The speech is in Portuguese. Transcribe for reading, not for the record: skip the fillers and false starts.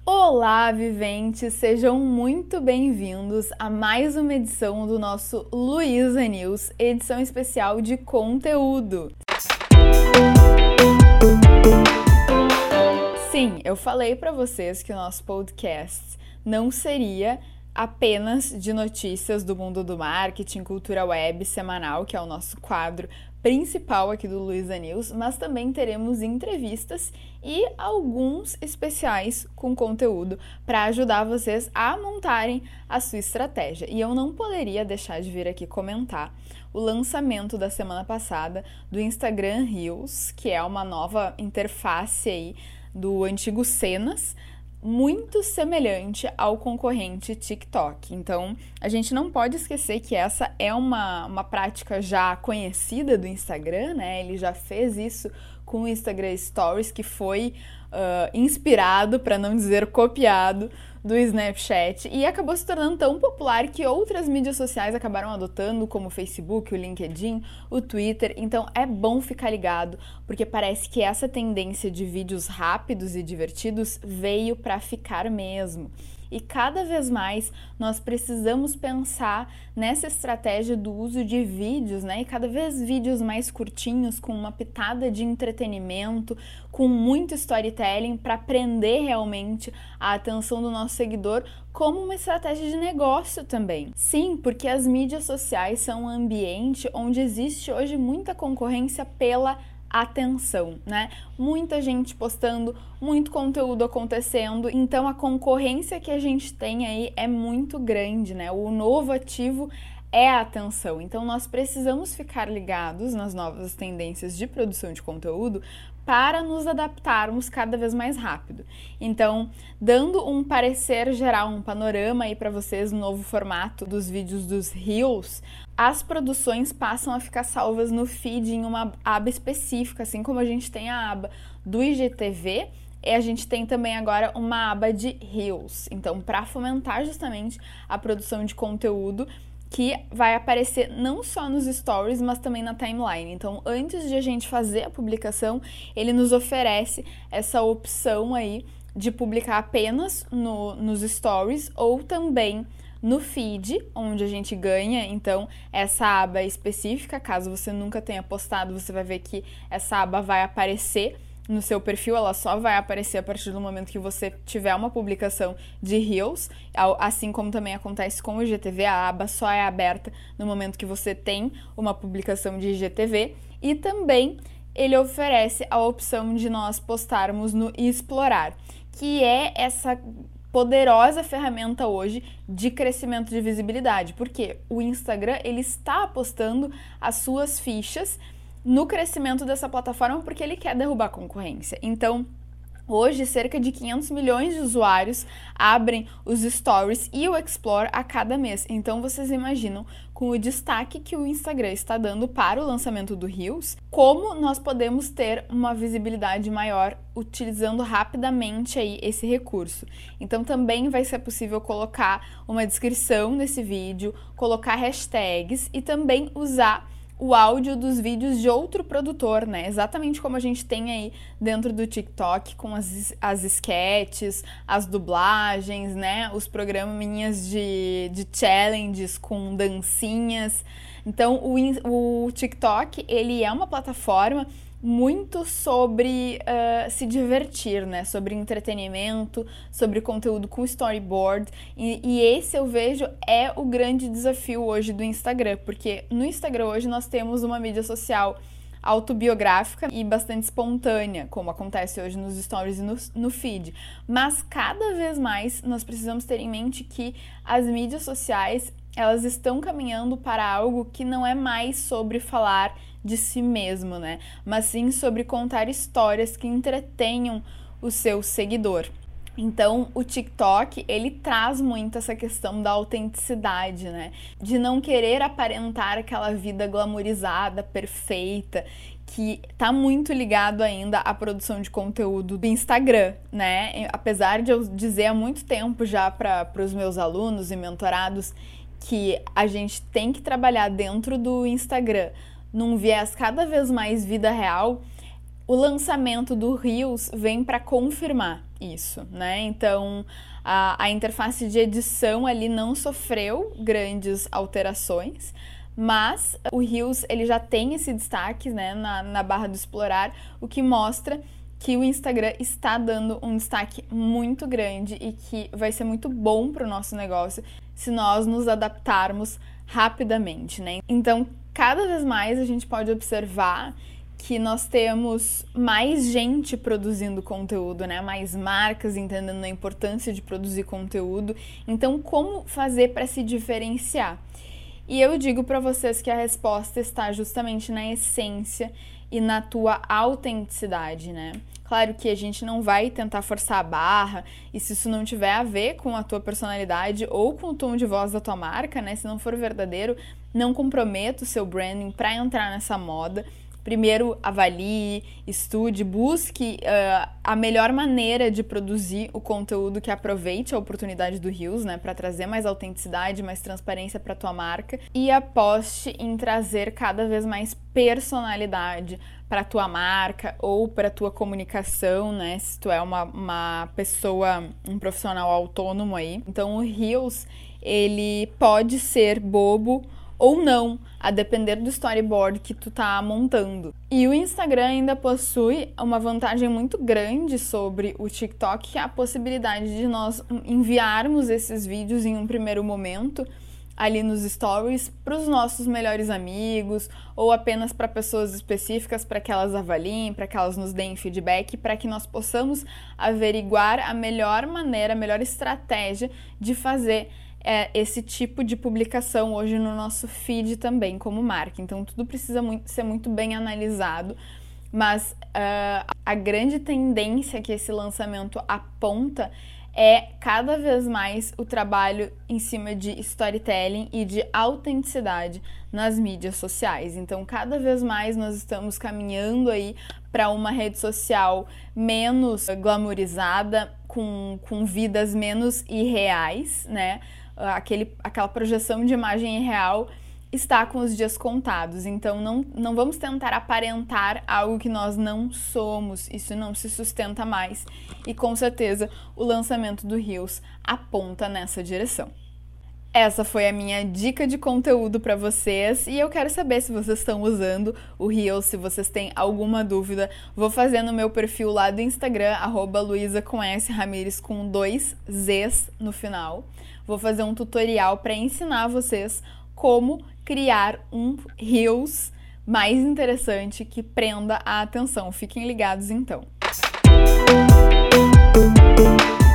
Olá, viventes! Sejam muito bem-vindos a mais uma edição do nosso Luiza News, edição especial de conteúdo. Sim, eu falei para vocês que o nosso podcast não seria apenas de notícias do mundo do marketing, cultura web semanal, que é o nosso quadro principal aqui do Luiza News, mas também teremos entrevistas e alguns especiais com conteúdo para ajudar vocês a montarem a sua estratégia. E eu não poderia deixar de vir aqui comentar o lançamento da semana passada do Instagram Reels, que é uma nova interface aí do antigo Cenas, muito semelhante ao concorrente TikTok. Então, a gente não pode esquecer que essa é uma prática já conhecida do Instagram, né? Ele já fez isso com o Instagram Stories, que foi inspirado, para não dizer copiado, do Snapchat, e acabou se tornando tão popular que outras mídias sociais acabaram adotando, como o Facebook, o LinkedIn, o Twitter. Então é bom ficar ligado, porque parece que essa tendência de vídeos rápidos e divertidos veio para ficar mesmo. E cada vez mais nós precisamos pensar nessa estratégia do uso de vídeos, né? E cada vez vídeos mais curtinhos, com uma pitada de entretenimento, com muito storytelling, para prender realmente a atenção do nosso seguidor, como uma estratégia de negócio também. Sim, porque as mídias sociais são um ambiente onde existe hoje muita concorrência pela atenção, né? Muita gente postando, muito conteúdo acontecendo, então a concorrência que a gente tem aí é muito grande, né? O novo ativo é a atenção, então nós precisamos ficar ligados nas novas tendências de produção de conteúdo para nos adaptarmos cada vez mais rápido. Então, dando um parecer geral, um panorama aí para vocês no novo formato dos vídeos dos Reels, as produções passam a ficar salvas no feed em uma aba específica, assim como a gente tem a aba do IGTV, e a gente tem também agora uma aba de Reels. Então, para fomentar justamente a produção de conteúdo, que vai aparecer não só nos stories, mas também na timeline. Então, antes de a gente fazer a publicação, ele nos oferece essa opção aí de publicar apenas nos stories ou também no feed, onde a gente ganha, então, essa aba específica. Caso você nunca tenha postado, você vai ver que essa aba vai aparecer no seu perfil, ela só vai aparecer a partir do momento que você tiver uma publicação de Reels, assim como também acontece com o IGTV, a aba só é aberta no momento que você tem uma publicação de IGTV, e também ele oferece a opção de nós postarmos no Explorar, que é essa poderosa ferramenta hoje de crescimento de visibilidade, porque o Instagram ele está apostando as suas fichas no crescimento dessa plataforma porque ele quer derrubar a concorrência. Então, hoje, cerca de 500 milhões de usuários abrem os Stories e o Explore a cada mês. Então, vocês imaginam, com o destaque que o Instagram está dando para o lançamento do Reels, como nós podemos ter uma visibilidade maior utilizando rapidamente aí esse recurso. Então, também vai ser possível colocar uma descrição nesse vídeo, colocar hashtags e também usar o áudio dos vídeos de outro produtor, né? Exatamente como a gente tem aí dentro do TikTok, com as sketches, as dublagens, né? Os programinhas de challenges com dancinhas. Então, o TikTok, ele é uma plataforma muito sobre se divertir, né? Sobre entretenimento, sobre conteúdo com storyboard, e esse eu vejo é o grande desafio hoje do Instagram, porque no Instagram hoje nós temos uma mídia social autobiográfica e bastante espontânea, como acontece hoje nos stories e no feed, mas cada vez mais nós precisamos ter em mente que as mídias sociais elas estão caminhando para algo que não é mais sobre falar de si mesmo, né? Mas sim sobre contar histórias que entretenham o seu seguidor. Então, o TikTok, ele traz muito essa questão da autenticidade, né? De não querer aparentar aquela vida glamourizada, perfeita, que tá muito ligado ainda à produção de conteúdo do Instagram, né? Apesar de eu dizer há muito tempo já para os meus alunos e mentorados que a gente tem que trabalhar dentro do Instagram num viés cada vez mais vida real, o lançamento do Reels vem para confirmar. isso, né? Então, a interface de edição ali não sofreu grandes alterações, mas o Reels, ele já tem esse destaque, né, na barra do explorar, o que mostra que o Instagram está dando um destaque muito grande e que vai ser muito bom para o nosso negócio se nós nos adaptarmos rapidamente, né? Então, cada vez mais a gente pode observar que nós temos mais gente produzindo conteúdo, né? Mais marcas entendendo a importância de produzir conteúdo. Então, como fazer para se diferenciar? E eu digo para vocês que a resposta está justamente na essência e na tua autenticidade, né? Claro que a gente não vai tentar forçar a barra, e se isso não tiver a ver com a tua personalidade ou com o tom de voz da tua marca, né? Se não for verdadeiro, não comprometa o seu branding para entrar nessa moda. Primeiro, avalie, estude, busque a melhor maneira de produzir o conteúdo que aproveite a oportunidade do Reels, né, para trazer mais autenticidade, mais transparência para tua marca, e aposte em trazer cada vez mais personalidade para tua marca ou para tua comunicação, né, se tu é uma pessoa, um profissional autônomo aí. Então, o Reels, ele pode ser bobo ou não, a depender do storyboard que tu tá montando. E o Instagram ainda possui uma vantagem muito grande sobre o TikTok, que é a possibilidade de nós enviarmos esses vídeos em um primeiro momento ali nos stories para os nossos melhores amigos ou apenas para pessoas específicas, para que elas avaliem, para que elas nos deem feedback, para que nós possamos averiguar a melhor maneira, a melhor estratégia de fazer esse tipo de publicação hoje no nosso feed também como marca. Então tudo precisa ser muito bem analisado, mas a grande tendência que esse lançamento aponta é cada vez mais o trabalho em cima de storytelling e de autenticidade nas mídias sociais. Então cada vez mais nós estamos caminhando aí para uma rede social menos glamourizada, com vidas menos irreais, né? Aquela projeção de imagem real está com os dias contados, então não vamos tentar aparentar algo que nós não somos, isso não se sustenta mais, e com certeza o lançamento do Reels aponta nessa direção. Essa foi a minha dica de conteúdo para vocês e eu quero saber se vocês estão usando o Reels, se vocês têm alguma dúvida. Vou fazer no meu perfil lá do Instagram, @luisa_ramirez com 2 Zs no final. Vou fazer um tutorial para ensinar vocês como criar um Reels mais interessante que prenda a atenção. Fiquem ligados então.